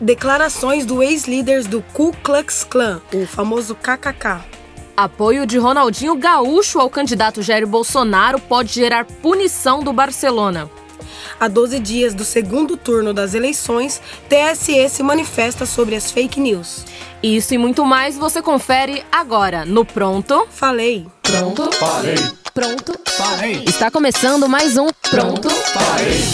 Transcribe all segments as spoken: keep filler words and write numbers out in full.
Declarações do ex-líder do Ku Klux Klan, o famoso K K K. Apoio de Ronaldinho Gaúcho ao candidato Jair Bolsonaro pode gerar punição do Barcelona. Há doze dias do segundo turno das eleições, T S E se manifesta sobre as fake news. Isso e muito mais você confere agora no Pronto Falei. Pronto Falei. Pronto Falei. Está começando mais um Pronto Falei.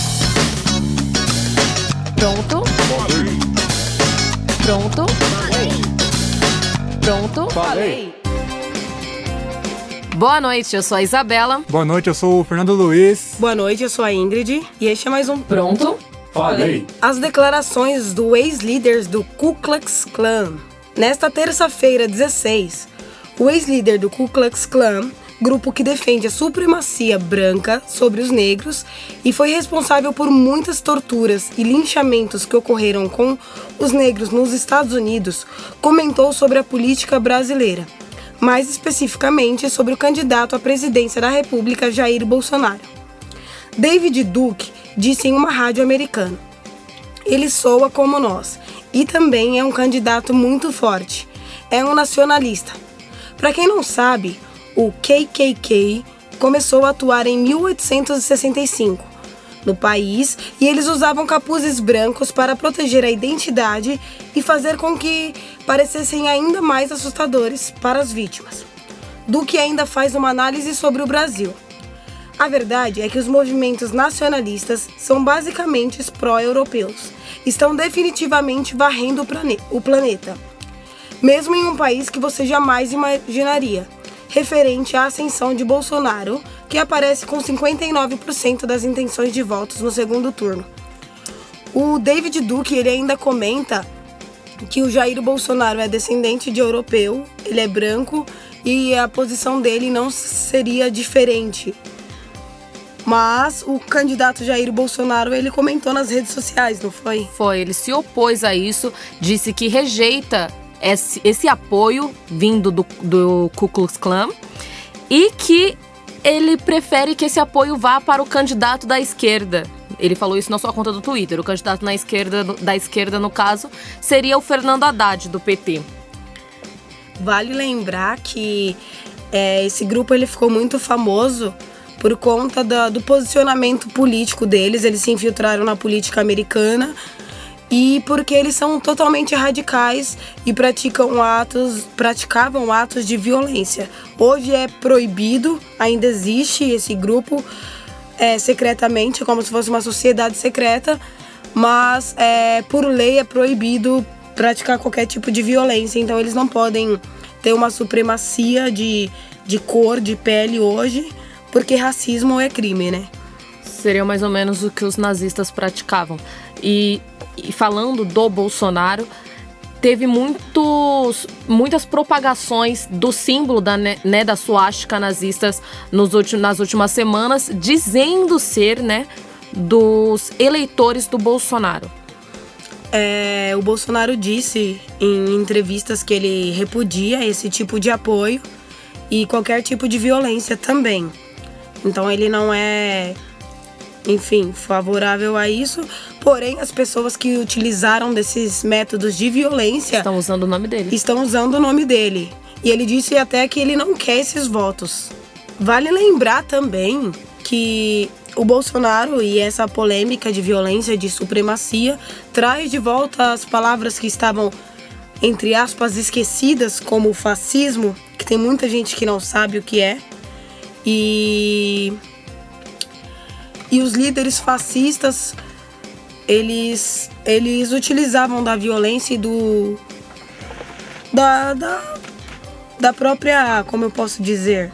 Pronto Falei. Pronto Falei. Pronto Falei. Boa noite, eu sou a Isabela. Boa noite, eu sou o Fernando Luiz. Boa noite, eu sou a Ingrid e este é mais um Pronto Falei. As declarações do ex-líder do Ku Klux Klan. Nesta terça-feira, dezesseis, o ex-líder do Ku Klux Klan, grupo que defende a supremacia branca sobre os negros e foi responsável por muitas torturas e linchamentos que ocorreram com os negros nos Estados Unidos, comentou sobre a política brasileira, mais especificamente sobre o candidato à presidência da República, Jair Bolsonaro. David Duke disse em uma rádio americana: "Ele soa como nós e também é um candidato muito forte. É um nacionalista." Para quem não sabe, o K K K começou a atuar em mil oitocentos e sessenta e cinco no país e eles usavam capuzes brancos para proteger a identidade e fazer com que parecessem ainda mais assustadores para as vítimas. Duque ainda faz uma análise sobre o Brasil. A verdade é que os movimentos nacionalistas são basicamente pró-europeus. Estão definitivamente varrendo o planeta, mesmo em um país que você jamais imaginaria, referente à ascensão de Bolsonaro, que aparece com cinquenta e nove por cento das intenções de votos no segundo turno. O David Duke ele ainda comenta que o Jair Bolsonaro é descendente de europeu, ele é branco e a posição dele não seria diferente. Mas o candidato Jair Bolsonaro, ele comentou nas redes sociais, não foi? Foi, ele se opôs a isso, disse que rejeita esse, esse apoio vindo do, do Ku Klux Klan e que ele prefere que esse apoio vá para o candidato da esquerda. Ele falou isso na sua conta do Twitter. O candidato na esquerda, da esquerda, no caso, seria o Fernando Haddad, do P T. Vale lembrar que é, esse grupo ele ficou muito famoso por conta da, do posicionamento político deles. Eles se infiltraram na política americana e porque eles são totalmente radicais e praticam atos, praticavam atos de violência. Hoje é proibido, ainda existe esse grupo é, secretamente, como se fosse uma sociedade secreta, mas é, por lei é proibido praticar qualquer tipo de violência. Então eles não podem ter uma supremacia de, de cor, de pele hoje, porque racismo é crime, né? Seria mais ou menos o que os nazistas praticavam. E, e falando do Bolsonaro, teve muitos, muitas propagações do símbolo da, né, da suástica nazistas nos últimos, nas últimas semanas, dizendo ser, né, dos eleitores do Bolsonaro. É, o Bolsonaro disse em entrevistas que ele repudia esse tipo de apoio e qualquer tipo de violência também. Então ele não é, enfim, favorável a isso. Porém, as pessoas que utilizaram desses métodos de violência estão usando o nome dele. Estão usando o nome dele. E ele disse até que ele não quer esses votos. Vale lembrar também que o Bolsonaro e essa polêmica de violência, de supremacia, traz de volta as palavras que estavam, entre aspas, esquecidas, como o fascismo, que tem muita gente que não sabe o que é. E, e os líderes fascistas, eles, eles utilizavam da violência e do da, da, da própria, como eu posso dizer,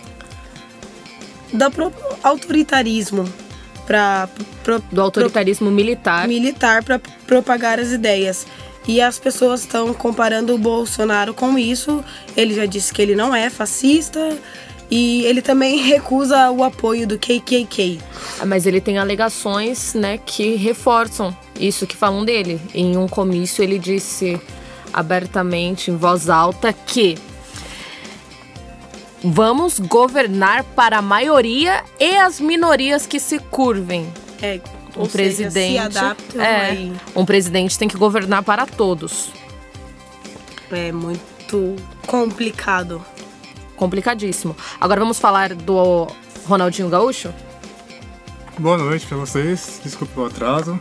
da próprio autoritarismo pra, pro, do autoritarismo pro, militar militar para propagar as ideias. E as pessoas estão comparando o Bolsonaro com isso. Ele já disse que ele não é fascista. E ele também recusa o apoio do K K K. Mas ele tem alegações, né, que reforçam isso que falam dele. Em um comício ele disse abertamente, em voz alta, que vamos governar para a maioria e as minorias que se curvem. É, Ou um seja, presidente, se adaptam é, aí. um presidente tem que governar para todos. É muito complicado. Complicadíssimo. Agora vamos falar do Ronaldinho Gaúcho? Boa noite pra vocês, desculpe o atraso.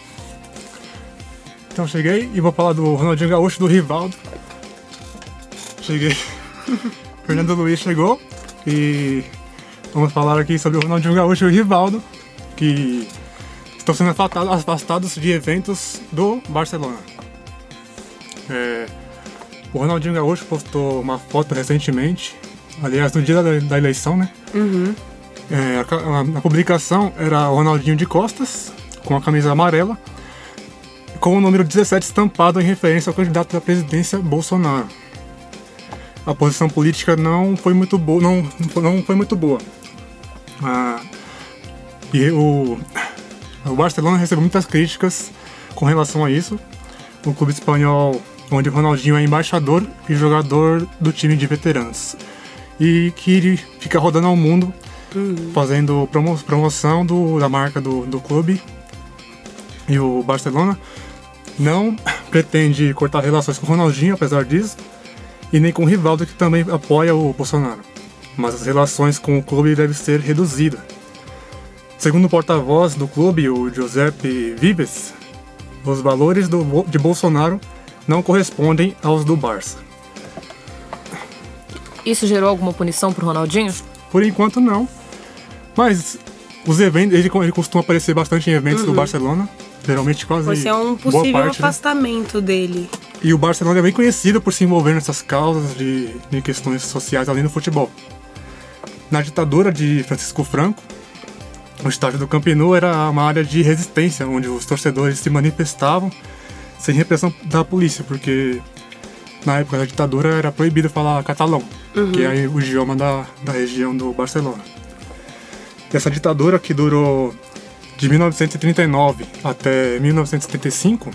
Então cheguei e vou falar do Ronaldinho Gaúcho, do Rivaldo. Cheguei. Fernando Luiz chegou e vamos falar aqui sobre o Ronaldinho Gaúcho e o Rivaldo, que estão sendo afastados de eventos do Barcelona. É, o Ronaldinho Gaúcho postou uma foto recentemente, aliás, no dia da, da eleição, né? Uhum. É, a, a, a publicação era o Ronaldinho de costas, com a camisa amarela, com o número dezessete estampado em referência ao candidato à presidência Bolsonaro. A posição política não foi muito boa, não, não foi muito boa. Ah, e o, o Barcelona recebeu muitas críticas com relação a isso. O clube espanhol, onde o Ronaldinho é embaixador e jogador do time de veteranos, e que fica rodando ao mundo, uhum, fazendo promo, promoção do, da marca do, do clube. E o Barcelona não pretende cortar relações com o Ronaldinho, apesar disso, e nem com o Rivaldo, que também apoia o Bolsonaro. Mas as relações com o clube devem ser reduzidas. Segundo o porta-voz do clube, o Giuseppe Vives, os valores do, de Bolsonaro não correspondem aos do Barça. Isso gerou alguma punição pro Ronaldinho? Por enquanto não. Mas os eventos, ele, ele costuma aparecer bastante em eventos, uhum, do Barcelona. Geralmente quase Vai ser um possível boa parte, afastamento, né, dele. E o Barcelona é bem conhecido por se envolver nessas causas de, de questões sociais além do futebol. Na ditadura de Francisco Franco, o estádio do Camp Nou era uma área de resistência, onde os torcedores se manifestavam sem repressão da polícia, porque na época da ditadura era proibido falar catalão, uhum, que é o idioma da, da região do Barcelona. E essa ditadura, que durou de mil novecentos e trinta e nove até mil novecentos e setenta e cinco,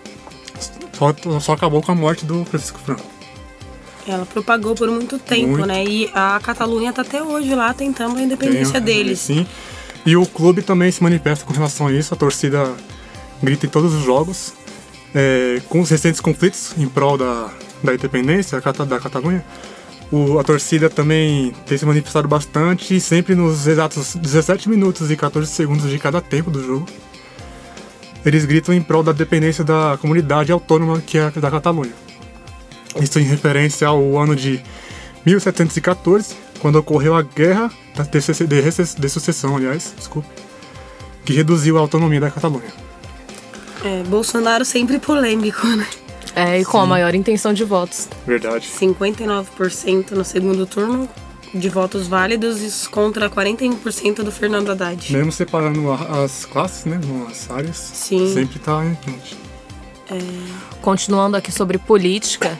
só, só acabou com a morte do Francisco Franco. Ela propagou por muito tempo, muito, né? E a Catalunha tá até hoje lá tentando a independência Tem, deles. Sim. E o clube também se manifesta com relação a isso. A torcida grita em todos os jogos. É, com os recentes conflitos em prol da, da independência da Catalunha, o, a torcida também tem se manifestado bastante, sempre nos exatos dezessete minutos e quatorze segundos de cada tempo do jogo. Eles gritam em prol da dependência da comunidade autônoma que é da Catalunha. Isso em referência ao ano de mil setecentos e quatorze, quando ocorreu a Guerra de, de Sucessão, aliás, desculpe, que reduziu a autonomia da Catalunha. É, Bolsonaro sempre polêmico, né? É, e com Sim. a maior intenção de votos. Verdade. cinquenta e nove por cento no segundo turno de votos válidos contra quarenta e um por cento do Fernando Haddad. Mesmo separando as classes, né, as áreas, Sim. sempre tá em frente. É... Continuando aqui sobre política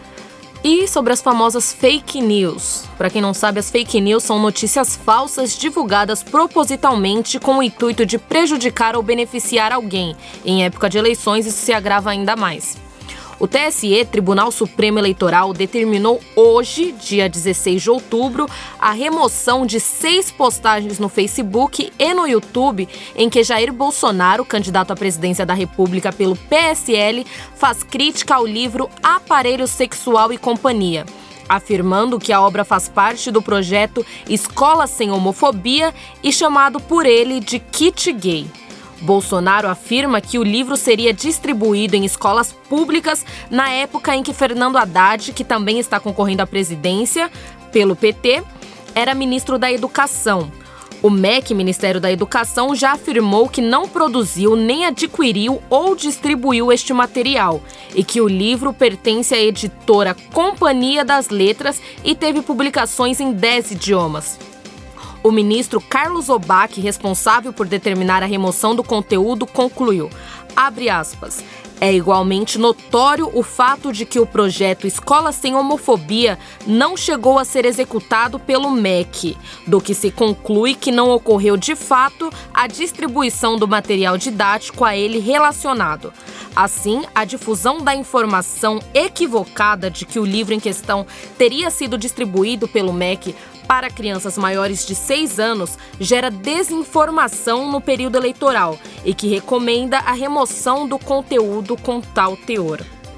e sobre as famosas fake news. Para quem não sabe, as fake news são notícias falsas divulgadas propositalmente com o intuito de prejudicar ou beneficiar alguém. Em época de eleições, isso se agrava ainda mais. O T S E, Tribunal Supremo Eleitoral, determinou hoje, dia dezesseis de outubro, a remoção de seis postagens no Facebook e no YouTube em que Jair Bolsonaro, candidato à presidência da República pelo P S L, faz crítica ao livro Aparelho Sexual e Companhia, afirmando que a obra faz parte do projeto Escola Sem Homofobia e chamado por ele de Kit Gay. Bolsonaro afirma que o livro seria distribuído em escolas públicas na época em que Fernando Haddad, que também está concorrendo à presidência pelo P T, era ministro da Educação. O M E C, Ministério da Educação, já afirmou que não produziu, nem adquiriu ou distribuiu este material e que o livro pertence à editora Companhia das Letras e teve publicações em dez idiomas. O ministro Carlos Obaque, responsável por determinar a remoção do conteúdo, concluiu, abre aspas, é igualmente notório o fato de que o projeto Escola Sem Homofobia não chegou a ser executado pelo M E C, do que se conclui que não ocorreu de fato a distribuição do material didático a ele relacionado. Assim, a difusão da informação equivocada de que o livro em questão teria sido distribuído pelo M E C para crianças maiores de seis anos gera desinformação no período eleitoral e que recomenda a remoção do conteúdo com tal teor.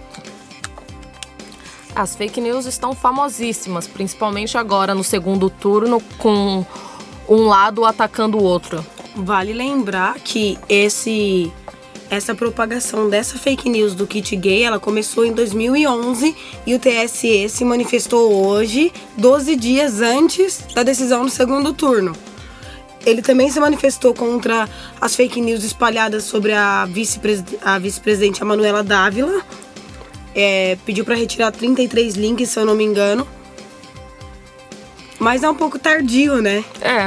As fake news estão famosíssimas, principalmente agora no segundo turno, com um lado atacando o outro. Vale lembrar que esse, essa propagação dessa fake news do kit gay, ela começou em dois mil e onze e o T S E se manifestou hoje, doze dias antes da decisão do segundo turno. Ele também se manifestou contra as fake news espalhadas sobre a, vice-presid- a vice-presidente Manuela Dávila. É, pediu para retirar trinta e três links, se eu não me engano. Mas é um pouco tardio, né? É.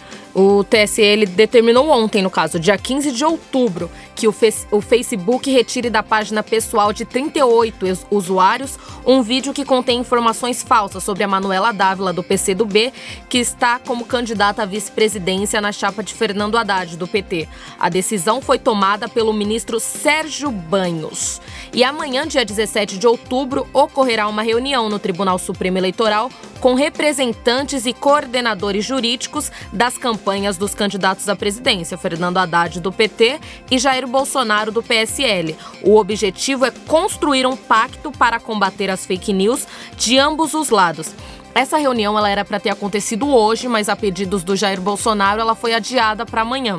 O T S E ele determinou ontem, no caso, dia quinze de outubro, que o, fe- o Facebook retire da página pessoal de trinta e oito us- usuários um vídeo que contém informações falsas sobre a Manuela Dávila, do P C do B, que está como candidata à vice-presidência na chapa de Fernando Haddad, do P T. A decisão foi tomada pelo ministro Sérgio Banhos. E amanhã, dia dezessete de outubro, ocorrerá uma reunião no Tribunal Supremo Eleitoral com representantes e coordenadores jurídicos das campanhas dos candidatos à presidência, Fernando Haddad, do P T, e Jair Bolsonaro, do P S L. O objetivo é construir um pacto para combater as fake news de ambos os lados. Essa reunião ela era para ter acontecido hoje, mas a pedidos do Jair Bolsonaro ela foi adiada para amanhã.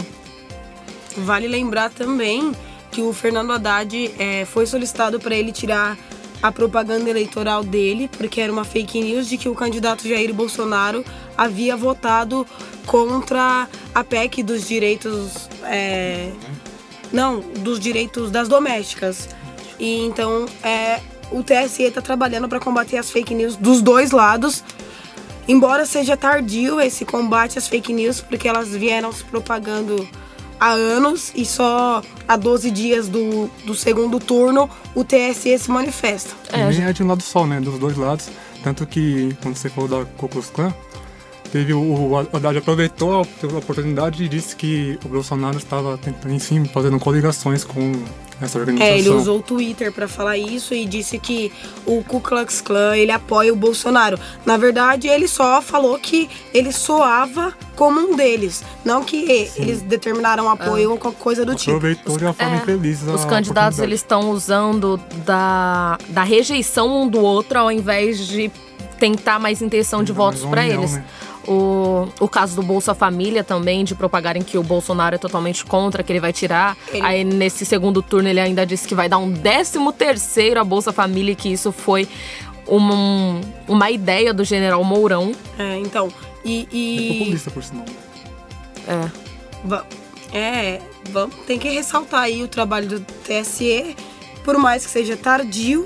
Vale lembrar também que o Fernando Haddad é, foi solicitado para ele tirar a propaganda eleitoral dele, porque era uma fake news de que o candidato Jair Bolsonaro havia votado contra a P E C dos direitos... É, não, dos direitos das domésticas. E então é, o T S E está trabalhando para combater as fake news dos dois lados. Embora seja tardio esse combate às fake news, porque elas vieram se propagando há anos e só há doze dias do, do segundo turno o T S E se manifesta. É, nem é de um lado só, né? Dos dois lados. Tanto que, quando você falou da Ku Klux Klan, teve o, o Haddad aproveitou a oportunidade e disse que o Bolsonaro estava tentando, enfim, fazendo coligações com essa organização. É, ele usou o Twitter para falar isso e disse que o Ku Klux Klan, ele apoia o Bolsonaro. Na verdade, ele só falou que ele soava como um deles, não que Sim. eles determinaram apoio ah. ou qualquer coisa do tipo. Aproveitou de uma forma é, infeliz a Os candidatos, eles estão usando da, da rejeição um do outro ao invés de tentar mais intenção de votos para eles. Né? O, o caso do Bolsa Família também, de propagarem que o Bolsonaro é totalmente contra, que ele vai tirar. Ele... Aí nesse segundo turno ele ainda disse que vai dar um décimo terceiro à Bolsa Família e que isso foi uma, uma ideia do general Mourão. É, então, e... e... É populista, por sinal. É. Va- é, vamos, tem que ressaltar aí o trabalho do T S E, por mais que seja tardio,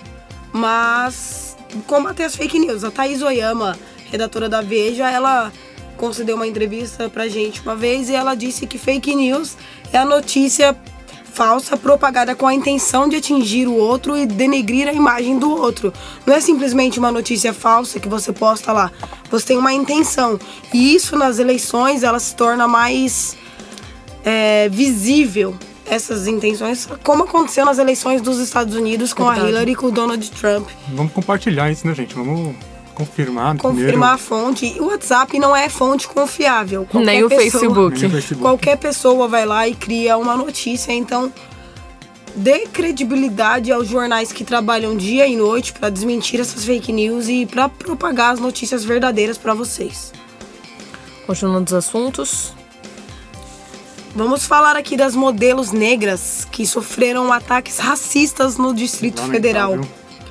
mas combater as fake news. A Thaís Oyama, redatora da Veja, ela concedeu uma entrevista pra gente uma vez e ela disse que fake news é a notícia falsa propagada com a intenção de atingir o outro e denegrir a imagem do outro. Não é simplesmente uma notícia falsa que você posta lá. Você tem uma intenção. E isso nas eleições ela se torna mais é, visível, essas intenções, como aconteceu nas eleições dos Estados Unidos com Verdade. a Hillary e com o Donald Trump. Vamos compartilhar isso, né, gente? Vamos... Confirmar, Confirmar primeiro. a fonte. O WhatsApp não é fonte confiável. Qualquer Nem o, pessoa, Facebook. Nem o Facebook. Qualquer pessoa vai lá e cria uma notícia. Então, dê credibilidade aos jornais que trabalham dia e noite para desmentir essas fake news e para propagar as notícias verdadeiras para vocês. Continuando os assuntos. Vamos falar aqui das modelos negras que sofreram ataques racistas no Distrito Lamentável. Federal.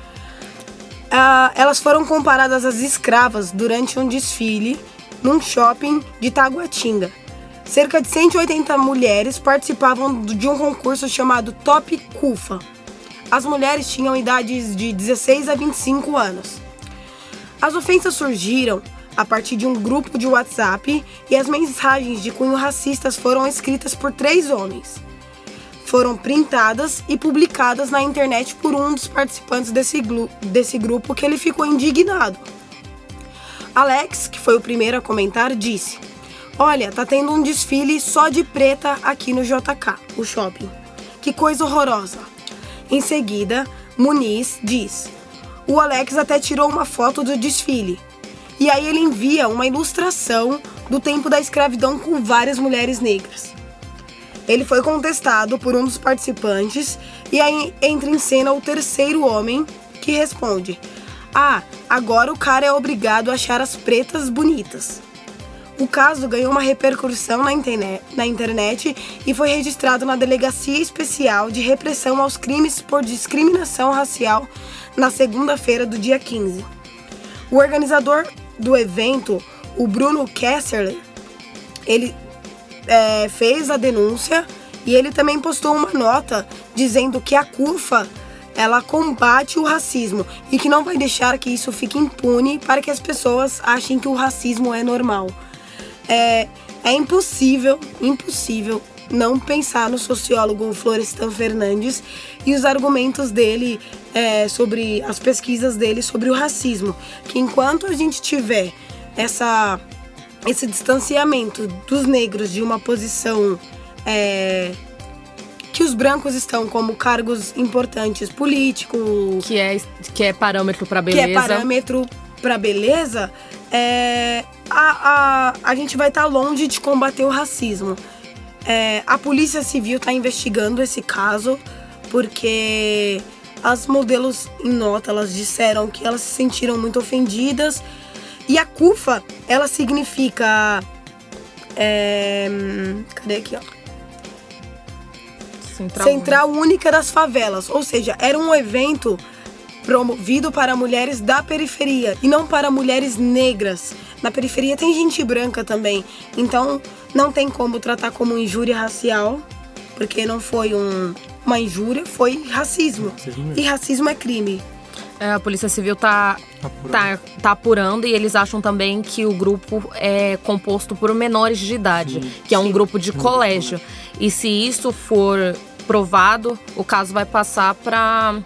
Uh, elas foram comparadas às escravas durante um desfile num shopping de Taguatinga. Cerca de cento e oitenta mulheres participavam de um concurso chamado Top Cufa. As mulheres tinham idades de dezesseis a vinte e cinco anos. As ofensas surgiram a partir de um grupo de WhatsApp e as mensagens de cunho racistas foram escritas por três homens. Foram printadas e publicadas na internet por um dos participantes desse, glu- desse grupo, que ele ficou indignado. Alex, que foi o primeiro a comentar, disse: "Olha, tá tendo um desfile só de preta aqui no J K, o shopping. Que coisa horrorosa." Em seguida, Muniz diz: "O Alex até tirou uma foto do desfile. E aí ele envia uma ilustração do tempo da escravidão com várias mulheres negras. Ele foi contestado por um dos participantes e aí entra em cena o terceiro homem que responde: ah, agora o cara é obrigado a achar as pretas bonitas. O caso ganhou uma repercussão na internet, na internet e foi registrado na Delegacia Especial de Repressão aos Crimes por Discriminação Racial na segunda-feira do dia quinze. O organizador do evento, o Bruno Kessler, ele é, fez a denúncia e ele também postou uma nota dizendo que a CUFA ela combate o racismo e que não vai deixar que isso fique impune para que as pessoas achem que o racismo é normal. É, é impossível, impossível não pensar no sociólogo Florestan Fernandes e os argumentos dele é, sobre as pesquisas dele sobre o racismo. Que enquanto a gente tiver essa, esse distanciamento dos negros de uma posição é, que os brancos estão como cargos importantes políticos, que é, que é parâmetro para beleza, que é parâmetro para beleza, é, a, a, a gente vai estar tá longe de combater o racismo. É, a Polícia Civil está investigando esse caso porque as modelos em nota elas disseram que elas se sentiram muito ofendidas e a CUFA ela significa é, cadê aqui ó Central, Central Única das Favelas, ou seja, era um evento promovido para mulheres da periferia e não para mulheres negras. Na periferia tem gente branca também, então não tem como tratar como injúria racial, porque não foi um, uma injúria, foi racismo. racismo e racismo é crime. É, a Polícia Civil tá, tá, tá apurando e eles acham também que o grupo é composto por menores de idade, sim, que é um sim. grupo de colégio. E se isso for provado, o caso vai passar para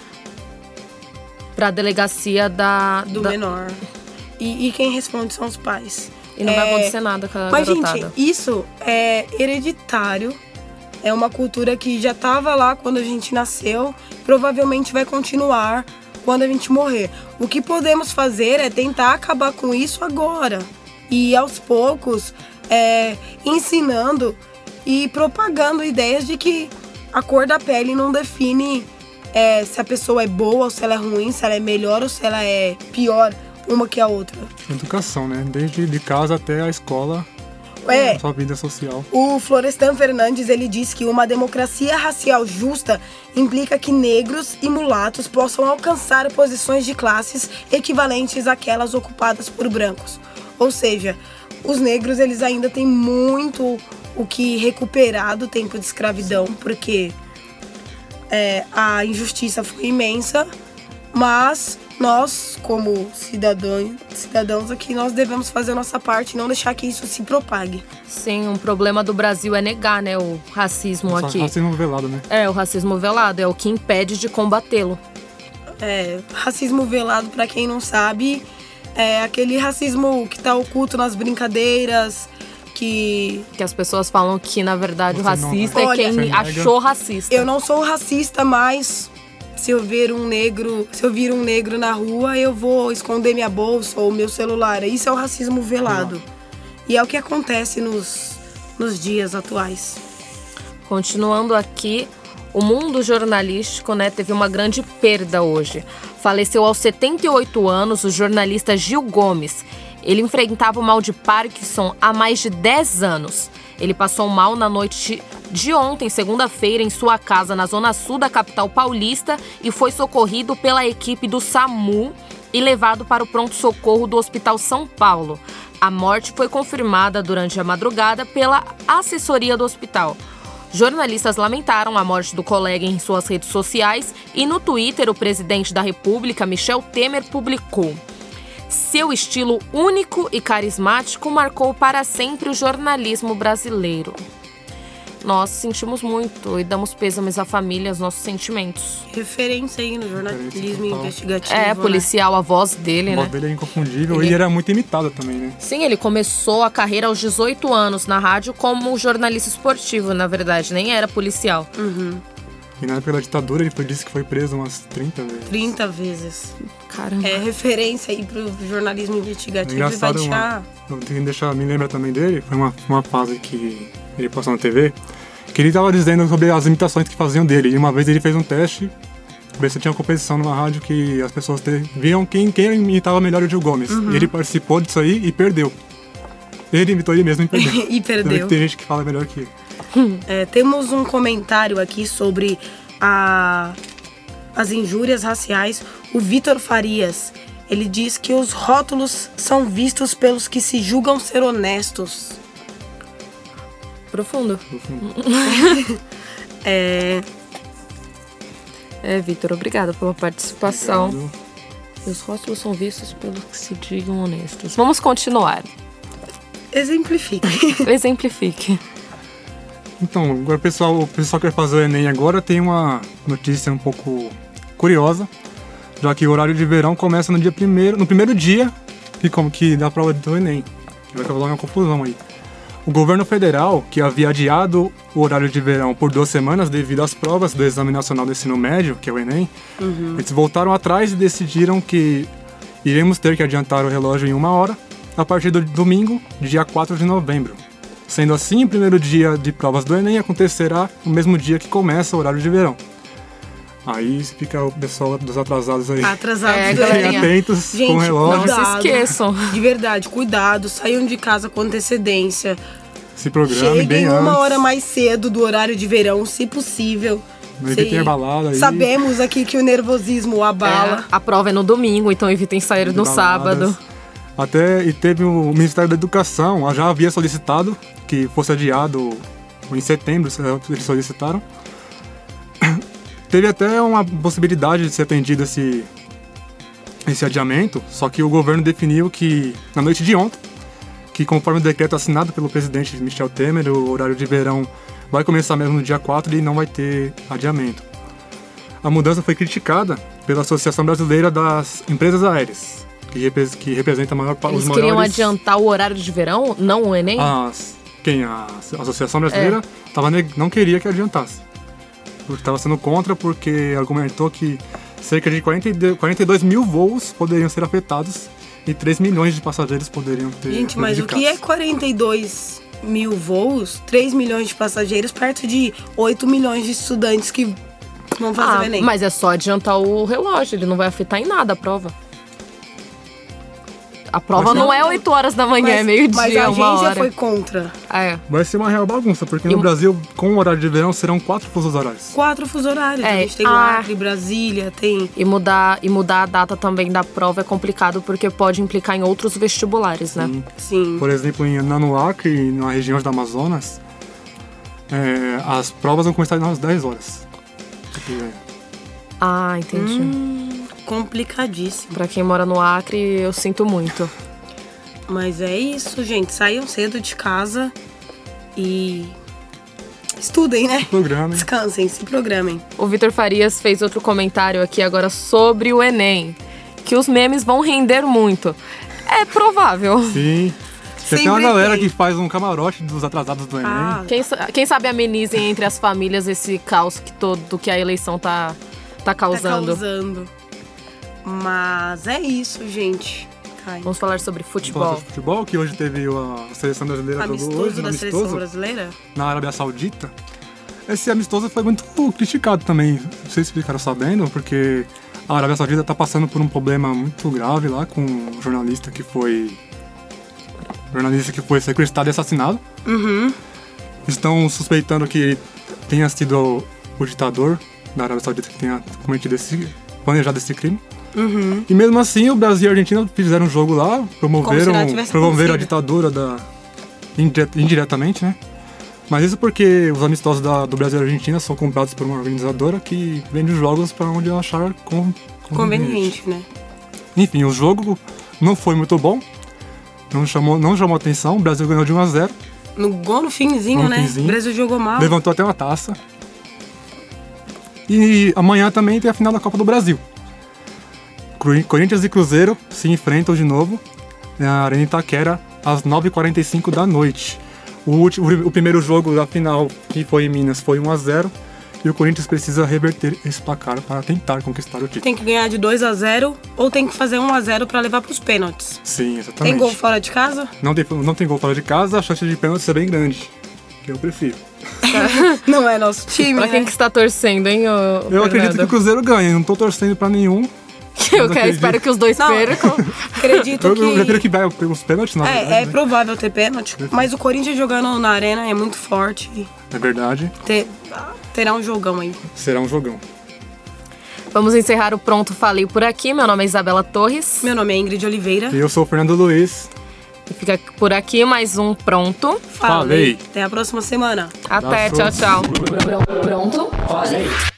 para a delegacia da, do da... menor. E, e quem responde são os pais. E não é... vai acontecer nada com a Mas, garotada. gente, isso é hereditário. É uma cultura que já estava lá quando a gente nasceu. Provavelmente vai continuar quando a gente morrer. O que podemos fazer é tentar acabar com isso agora. E, aos poucos, é, ensinando e propagando ideias de que a cor da pele não define é, se a pessoa é boa ou se ela é ruim, se ela é melhor ou se ela é pior uma que a outra. Educação, né? Desde de casa até a escola, é, a sua vida social. O Florestan Fernandes, ele diz que uma democracia racial justa implica que negros e mulatos possam alcançar posições de classes equivalentes àquelas ocupadas por brancos. Ou seja, os negros eles ainda têm muito o que recuperar do tempo de escravidão, porque é, a injustiça foi imensa, mas nós, como cidadãos, cidadãos aqui, nós devemos fazer a nossa parte e não deixar que isso se propague. Sim, um problema do Brasil é negar, né, o racismo Nossa, aqui. O racismo velado, né? É, o racismo velado é o que impede de combatê-lo. É, racismo velado, pra quem não sabe, é aquele racismo que tá oculto nas brincadeiras, que... Que as pessoas falam que, na verdade, Você o racista não... é quem Olha, achou racista. Eu não sou racista, mas se eu ver um negro, se eu vir um negro na rua, eu vou esconder minha bolsa ou meu celular. Isso é o racismo velado. E é o que acontece nos, nos dias atuais. Continuando aqui, o mundo jornalístico, né, teve uma grande perda hoje. Faleceu aos setenta e oito anos o jornalista Gil Gomes. Ele enfrentava o mal de Parkinson há mais de dez anos. Ele passou mal na noite de ontem, segunda-feira, em sua casa na zona sul da capital paulista e foi socorrido pela equipe do SAMU e levado para o pronto-socorro do Hospital São Paulo. A morte foi confirmada durante a madrugada pela assessoria do hospital. Jornalistas lamentaram a morte do colega em suas redes sociais e no Twitter o presidente da República, Michel Temer, publicou: seu estilo único e carismático marcou para sempre o jornalismo brasileiro. Nós sentimos muito e damos pêsames à família, aos nossos sentimentos. Referência aí no jornalismo investigativo. É, policial, né? A voz dele, a né? A voz dele é inconfundível ele... e era muito imitado também, né? Sim, ele começou a carreira aos dezoito anos na rádio como jornalista esportivo, na verdade, nem era policial. Uhum. E na época da ditadura ele foi, disse que foi preso umas trinta vezes. trinta vezes. Caramba. É referência aí pro jornalismo investigativo. Engraçado, vai deixar... uma, eu tenho que deixar, me lembra também dele, foi uma, uma fase que ele passou na T V, que ele estava dizendo sobre as imitações que faziam dele. E uma vez ele fez um teste, ver se tinha uma competição numa rádio que as pessoas te, viam quem, quem imitava melhor o Gil Gomes. Uhum. E ele participou disso aí e perdeu. Ele imitou ele mesmo e perdeu. E perdeu. Então, tem gente que fala melhor que ele. É, temos um comentário aqui sobre a, as injúrias raciais. O Vitor Farias, ele diz que os rótulos são vistos pelos que se julgam ser honestos. Profundo. É, É, Vitor, obrigada pela participação. Obrigado. E os rótulos são vistos pelos que se digam honestos. Vamos continuar. exemplifique. Exemplifique. Então, agora o pessoal, o pessoal que vai fazer o Enem agora tem uma notícia um pouco curiosa, já que o horário de verão começa no dia primeiro, no primeiro dia que, como, que da prova do Enem. Vai causar uma confusão aí. O governo federal, que havia adiado o horário de verão por duas semanas devido às provas do Exame Nacional do Ensino Médio, que é o Enem, uhum. eles voltaram atrás e decidiram que iremos ter que adiantar o relógio em uma hora a partir do domingo, dia quatro de novembro. Sendo assim, o primeiro dia de provas do Enem acontecerá no mesmo dia que começa o horário de verão. Aí fica o pessoal dos atrasados aí. Atrasados. É, né? galerinha. Atentos Gente, com o relógio. Não Cuidado. se esqueçam. De verdade, cuidado. Saiam de casa com antecedência. Se programe bem Cheguem uma antes. hora mais cedo do horário de verão, se possível. Não evitem a balada aí. Sabemos aqui que o nervosismo abala. É, a prova é no domingo, então evitem sair de no baladas. sábado. Até, e teve o Ministério da Educação, já havia solicitado que fosse adiado em setembro, eles solicitaram. Teve até uma possibilidade de ser atendido esse, esse adiamento, só que o governo definiu que, na noite de ontem, que conforme o decreto assinado pelo presidente Michel Temer, o horário de verão vai começar mesmo no dia quatro e não vai ter adiamento. A mudança foi criticada pela Associação Brasileira das Empresas Aéreas, que, repre- que representa a maior, Eles os queriam maiores... adiantar o horário de verão, não o Enem? As, quem? A Associação Brasileira tava neg- não queria que adiantasse. Porque estava sendo contra, porque argumentou que cerca de quarenta e dois mil voos poderiam ser afetados e três milhões de passageiros poderiam ter Gente, mas o que é prejudicados. quarenta e dois mil voos, três milhões de passageiros, perto de oito milhões de estudantes que vão fazer Ah, o Enem? mas é só adiantar o relógio, ele não vai afetar em nada a prova. A prova Mas não não, é não. oito horas da manhã, Mas- é meio-dia, Mas a uma agência hora. foi contra. É. Vai ser uma real bagunça, porque no E- Brasil, com o horário de verão, serão quatro fusos horários. Quatro fuso horários. É, A gente tem o ah. Acre, Brasília, tem... E mudar, e mudar a data também da prova é complicado, porque pode implicar em outros vestibulares, né? Sim. Sim. Por exemplo, em no Acre, na região do Amazonas, é, as provas vão começar às dez horas. Ah, entendi. Hum, complicadíssimo. Pra quem mora no Acre, eu sinto muito. Mas é isso, gente. Saiam cedo de casa e estudem, né? Programa, hein? Descansem, se programem. O Vitor Farias fez outro comentário aqui agora sobre o Enem, que os memes vão render muito. É provável. Sim. Tem até uma Sempre galera tem. que faz um camarote dos atrasados do Enem. Ah, Quem, sa- quem sabe amenizem entre as famílias esse caos que todo que a eleição tá, tá tá causando. causando. Mas é isso, gente. Ai. Vamos falar sobre Falando futebol. sobre futebol, que hoje teve a seleção brasileira jogou Amistoso hoje, da amistoso, seleção brasileira? na Arábia Saudita. Esse amistoso foi muito criticado também, não sei se ficaram sabendo, porque a Arábia Saudita está passando por um problema muito grave lá com um jornalista que foi jornalista que foi sequestrado e assassinado. Uhum. Estão suspeitando que ele tenha sido o, o ditador da Arábia Saudita que tenha cometido esse, planejado esse crime. Uhum. E mesmo assim, o Brasil e a Argentina fizeram um jogo lá, promoveram, nada tivesse promoveram a acontecido. ditadura da, indire- indiretamente, né? Mas isso porque os amistosos da- do Brasil e da Argentina são comprados por uma organizadora que vende os jogos para onde ela achar com, Conveniente, né? Enfim, o jogo não foi muito bom, não chamou, não chamou atenção, o Brasil ganhou de um a zero, No gol no finzinho, No né? finzinho. O Brasil jogou mal. levantou até uma taça. E amanhã também tem a final da Copa do Brasil. Cru- Corinthians e Cruzeiro se enfrentam de novo na Arena Itaquera às nove e quarenta e cinco da noite. O, último, o primeiro jogo da final, que foi em Minas, foi um a zero. e o Corinthians precisa reverter esse placar para tentar conquistar o título. Tem que ganhar de dois a zero ou tem que fazer um a zero para levar para os pênaltis. Sim, exatamente. Tem gol fora de casa? Não tem, não tem gol fora de casa, a chance de pênalti é bem grande. Que eu prefiro. Não é nosso time, Pra quem né? que está torcendo, hein, ô, Eu Fernando? acredito que o Cruzeiro ganha, não tô torcendo pra nenhum. Eu quero, acredito. espero que os dois Não. percam. Acredito Eu, que... eu prefiro que vai os pênaltis, na verdade. É, é né? provável ter pênalti, mas o Corinthians jogando na arena é muito forte. É verdade, Ter, terá um jogão aí. será um jogão. Vamos encerrar o Pronto Falei por aqui. Meu nome é Isabela Torres. Meu nome é Ingrid Oliveira. E eu sou o Fernando Luiz. E fica por aqui mais um Pronto. Falei. Até a próxima semana. Até, Abraço. tchau, tchau. Falei.